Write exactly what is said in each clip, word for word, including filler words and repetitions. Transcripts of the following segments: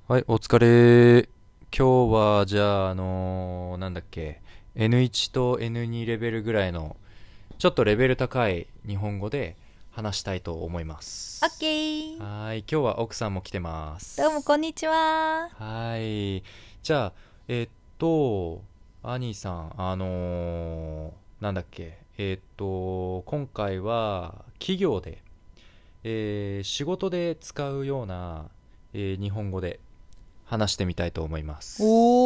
はい、お疲れ。今日は、じゃあ、あのーなんだっけ、エヌワン と エヌツー レベルぐらいの、ちょっとレベル高い日本語で話したいと思いまオッケす。 ー。 はーい、今日は奥さんも来てまどうもこんす。 にちは。 はーい。じゃあ、えっと、アニーさん、あのーなんだっけ、えっと、今回は企業で、えー仕事で使うような、えー日本語で話してみたいと思います。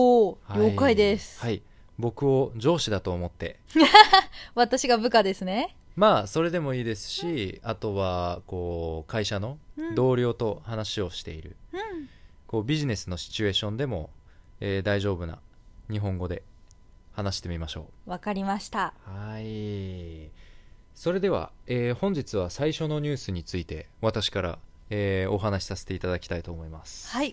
おー、 は了解でい。はす。 い。僕を上司だと思って。 私が部下ですね。 まあ、それでもいいですし、あとは、こう、会社のうん、 同僚と話をしている。 うん。 こう、ビジネスのシチュエーションでも、えー大丈夫な日本語で話してみましょわかりました。 う。はい。それでは、えー本日は最初のニュースについて、私から、えーお話しさせていただきたいと思います。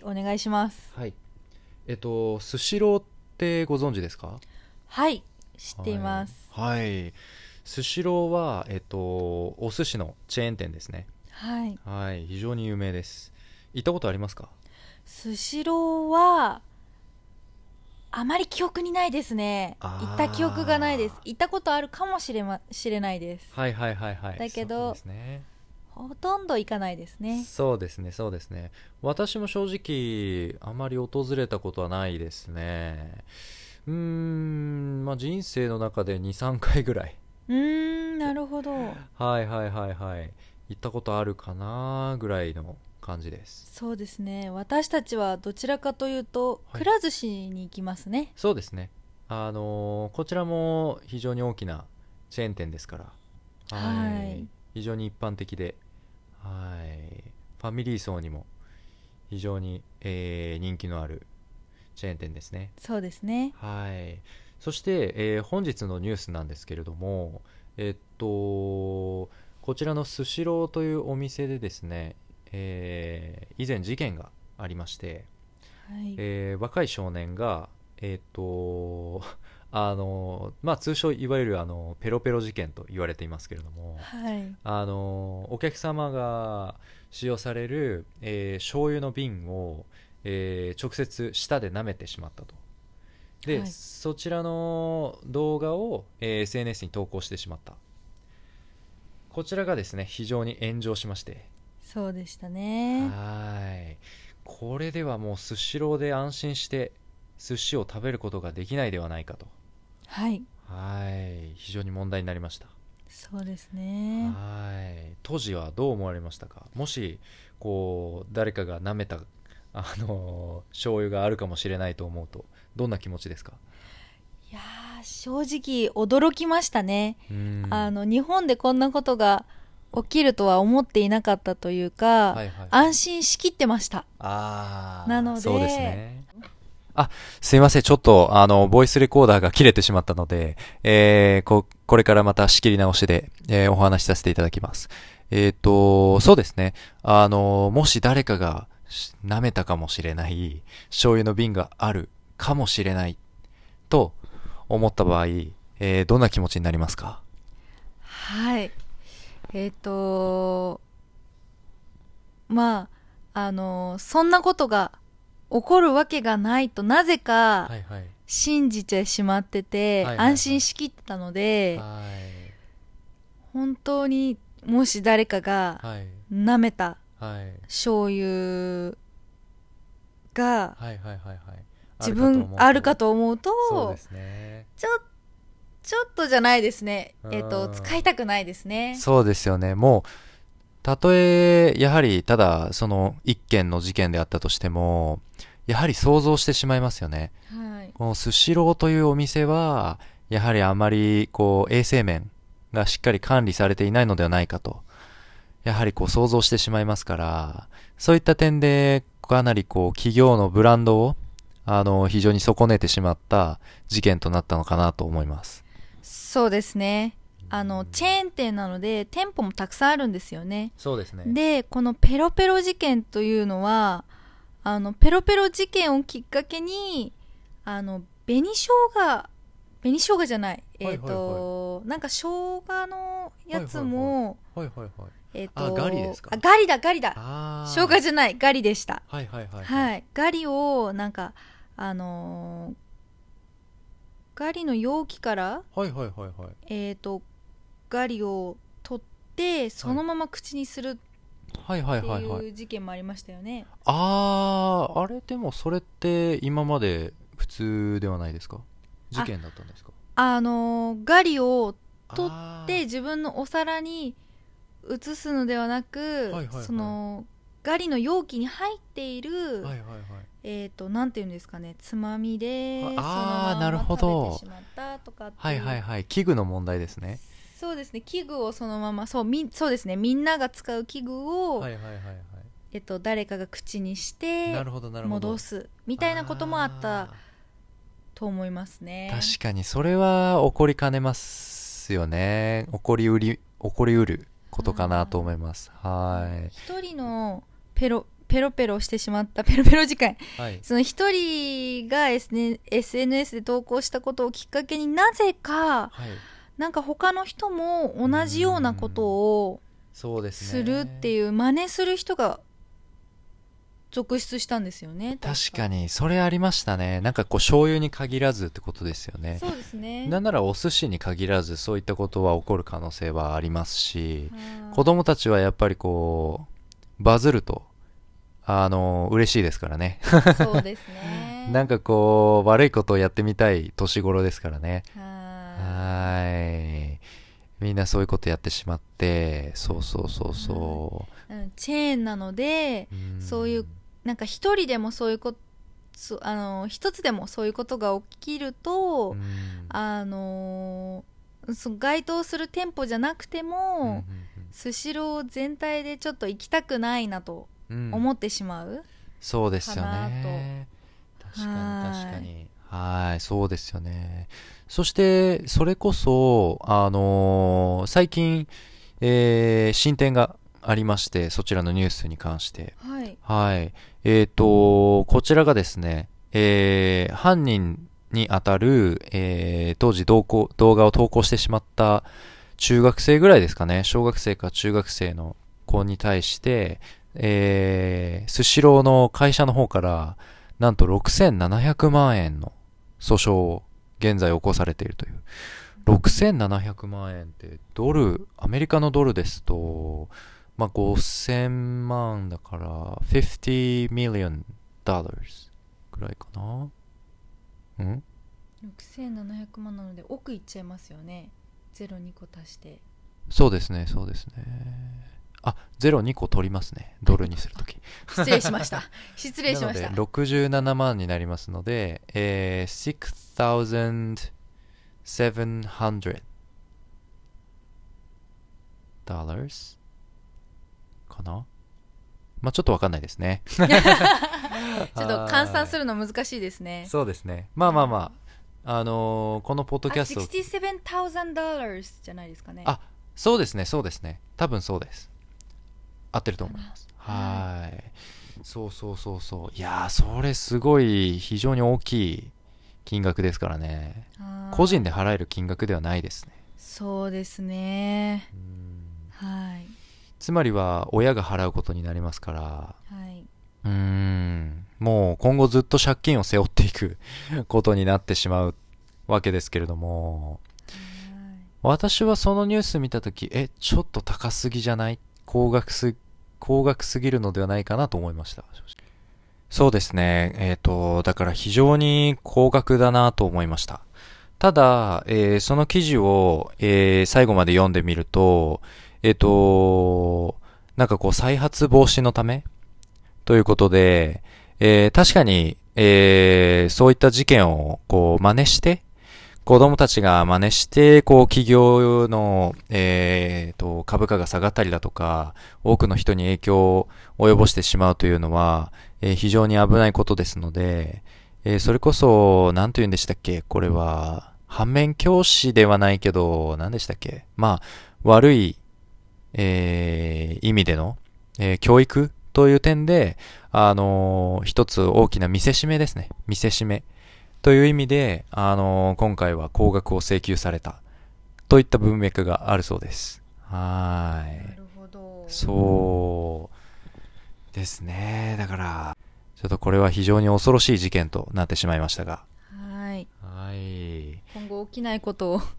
はい、お願いします。 はい。えっと、スシローってご存知ですか？ はい、知っていはい。 ます。 はい。スシローは、えっと、お寿司のチェーン店ですね。 はい。 はい。非常に有名です。行ったことありますか？ スシローは、あまり記憶にないですね。行った記憶がないです。 あ行ったことあるかもしれま、しれないです。 あ。はいはいはいはい。そうでだけど、 すね。 ほとんど行かないですね。 そうですね、そうですね。私も正直、あまり訪れたことはないですね。うーん、まあ人生の中でに、さんかいぐらい。 うーん、なるほど。 はいはいはいはい。行ったことあるかなぐらいの感じです。 そうですね。私たちはどちらかというと、 はい。 くら寿司に行きますね。 そうですね。あのーこちらも非常に大きなチェーン店ですから、はい。 はい。 非常に一般的で、はい。ファミリー層にも非常に、えー人気のあるチェーン店ですね。 そうですね。 はい。そして、えー本日のニュースなんですけれども、えっと、こちらのスシローというお店でですね、えー以前事件がありまして、 はい。 えー若い少年が、えーっと、あの、まあ、通称いわゆるあの、ペロペロ事件と言われていますけれども、 はい。 あの、お客様が使用される、えー醤油の瓶を、えー直接舌で舐めてしまったと。で、 はい。 そちらの動画を、えー エスエヌエス に投稿してしまった。こちらがですね、非常に炎上しまして、 そうでしたはね。 ーい。これではもうスシローで安心して寿司を食べることができないではないかと。 はい。 はい。非常に問題になりました。 そうですね。 はい。当時はどう思われましたか？もし、こう、誰かが舐めた、あのー醤油があるかもしれないと思うと、どんな気持ちですか？ いやー、正直驚きましたね。 うーん。 あの、日本でこんなことが起きるとは思っていなかったというか、 はいはいはい。 安心しきってました。なあー、 のそうですで、 ね。あ、すいません。ちょっと、あの、ボイスレコーダーが切れてしまったので、えー、こ、これからまた仕切り直しで、えーお話しさせていただきます。えっと、そうですね。あの、もし誰かがし舐めたかもしれない、醤油の瓶があるかもしれないと思った場合、えーどんな気持ちになりますか？ はい。えっ、と、まあ、あの、そんなことが起こるわけがないとなぜかはいはい。 信じてしまっててはいはいはい。 安心しきってたので、 は本当にもし誰かがい。はい。 舐めたはい。 醤油がはいはいはいはい。あ自るかと分あるか思うと。 と思うと、 そうですね。 ちょ、ちょっとじゃないですね。 うえっ、と、 ーん。 使いたくないですね。 そうですよね。もう、たとえ、やはり、ただ、その、一件の事件であったとしても、やはり想像してしまいますよね。 はい。 このスシローというお店は、やはりあまり、こう、衛生面がしっかり管理されていないのではないかと、やはりこう想像してしまいますから、そういった点で、かなりこう、企業のブランドを、あの、非常に損ねてしまった事件となったのかなと思います。 そうですね。あの、チェーン店なので店舗もたくさんあるんですよね。 そうですね。 で、このペロペロ事件というのは、あの、ペロペロ事件をきっかけに、あの、紅生姜、紅生姜じゃない、えっ、 はいはいはい。 と、なんか生姜のやつはいはいはい。 も、 はいはいはい。 えっ、とあ、ガリですか？ あ、ガリだ、ガリだ。 あー。 生姜じゃない、ガリでした。 はいはいはい。 はい。ガリを、なんか、あのーガリの容器から、 はいはいはいはい。 えっ、と、ガリを取って、そのまま口にするはいはいってはいはい。 いう事件もありましたよね。 あー、あれでもそれって今まで普通ではないですか？事件だったんですか？ あのーガリを取あーって自分のお皿に移すのではなく、 はいはいはいそのガリの容器に入っている、 はいはいはい。 えっ、となんていうんですかね、つまみでそのあーままなるほど食べてしまったとかっていう、 はいはいはい。器具の問題ですね。 そうですね、器具をそのまま、そうみそうですね、みんなが使う器具を、 はいはいはいはい。 えっと、誰かが口にしなてるほどなるほど。 戻すみたいなこともあったあと思いますね。 ー確かにそれは起こりかねますよね。起こりうり、起こりうることかなと思います。はい。 一人のペロペロペロしてしまったペロペロ事件、 はい。 その一人が エスエヌエス で投稿したことをきっかけになぜかはい。 なんか他の人も同じようなことをそうですね。 するっていう真似する人が続出したんですよね。 確かに、それありましたね。なんかこう、醤油に限らずってことですよね。 そうですね。 なんならお寿司に限らず、そういったことは起こる可能性はありますし、 はい子供たちはやっぱりこう、バズると、あの、嬉しいですからね。 そうですね。 なんかこう、悪いことをやってみたい年頃ですからね。 ははーい。みんなそういうことやってしまって、そうそうそうそいうんチェーンなのでう。んそういうなんか一人でもそういうことそあの一つでもそういうことが起きると、 うんあのそ該当する店舗じゃなくても、スシロー全体でちょっと行きたくないなとうんうん思ってしまう、 そうですよかなね。確かにはい確かに。はい、そうですよね。そして、それこそ、あのー最近、えー進展がありまして、そちらのニュースに関して。 はいはい。えっと、こちらがですね、えー犯人にあたる、えー当時動向動画を投稿してしまった中学生ぐらいですかね、小学生か中学生の子に対して、えースシローの会社の方から、なんとろくせんななひゃくまん円の訴訟を現在起こされているという。ろくせんななひゃくまん円ってドル、アメリカのドルですと、まあ、ごせんまんだから、ごじゅう million dollars ぐらいかな。んろくせんななひゃくまんなので億いっちゃいますよね。ゼロにこ足してそうですね、そうですね。あ、ゼロにこ取りますね。ドルにするとき。 失礼しました失礼しましたなので、ろくじゅうななまんになりますので、えー、ろくせんななひゃく dollars かな。まあ、ちょっとわかんないですね。 ちょっと換算するの難しいですね。 そうですね。まあまあまあ、あのーこのポッドキャストを、 あ、ろくじゅうななせんドルじゃないですかね。 あ、そうですね、そうですね。多分そうです。合ってると思います。はーい。そうそうそうそう。いやー、それすごい、非常に大きい金額ですからね。 あー個人で払える金額ではないですね。 そうですね。 うんはいつまりは、親が払うことになりますから、 はい。 うーん、もう今後ずっと借金を背負っていくことになってしまうわけですけれども、私はそのニュース見たとき、え、ちょっと高すぎじゃない高額す、高額すぎるのではないかなと思いました。そうですね。えっと、だから非常に高額だなと思いました。ただ、えーその記事を、えー最後まで読んでみると、えっと、なんかこう再発防止のためということで、えー確かに、えーそういった事件をこう真似して、子供たちが真似して、こう企業の、えーと、株価が下がったりだとか、多くの人に影響を及ぼしてしまうというのは、えー非常に危ないことですので、えーそれこそ、なんと言うんでしたっけこれは、反面教師ではないけど、何でしたっけまあ、悪い、えー意味での、えー教育という点で、あのー一つ大きな見せしめですね。見せしめ。という意味で、あのー今回は高額を請求された。といった文脈があるそうです。はーい。 なるほど。 そうですね。だから、ちょっとこれは非常に恐ろしい事件となってしまいましたが。 はい。 はい。 今後起きないことを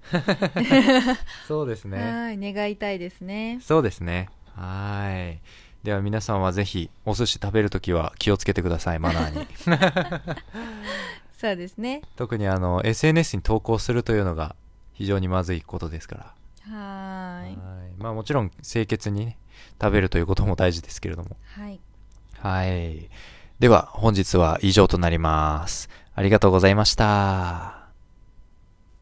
そうですね。 はい、願いたいですね。 そうですね。はい。では皆さんはぜひお寿司食べるときは気をつけてください、マナーに。 そうですね。 特にあの エスエヌエス に投稿するというのが非常にまずいことですから。 はーい。 はい。まあもちろん清潔にね、食べるということも大事ですけれども。 はい。 はい。では本日は以上となります。ありがとうございました。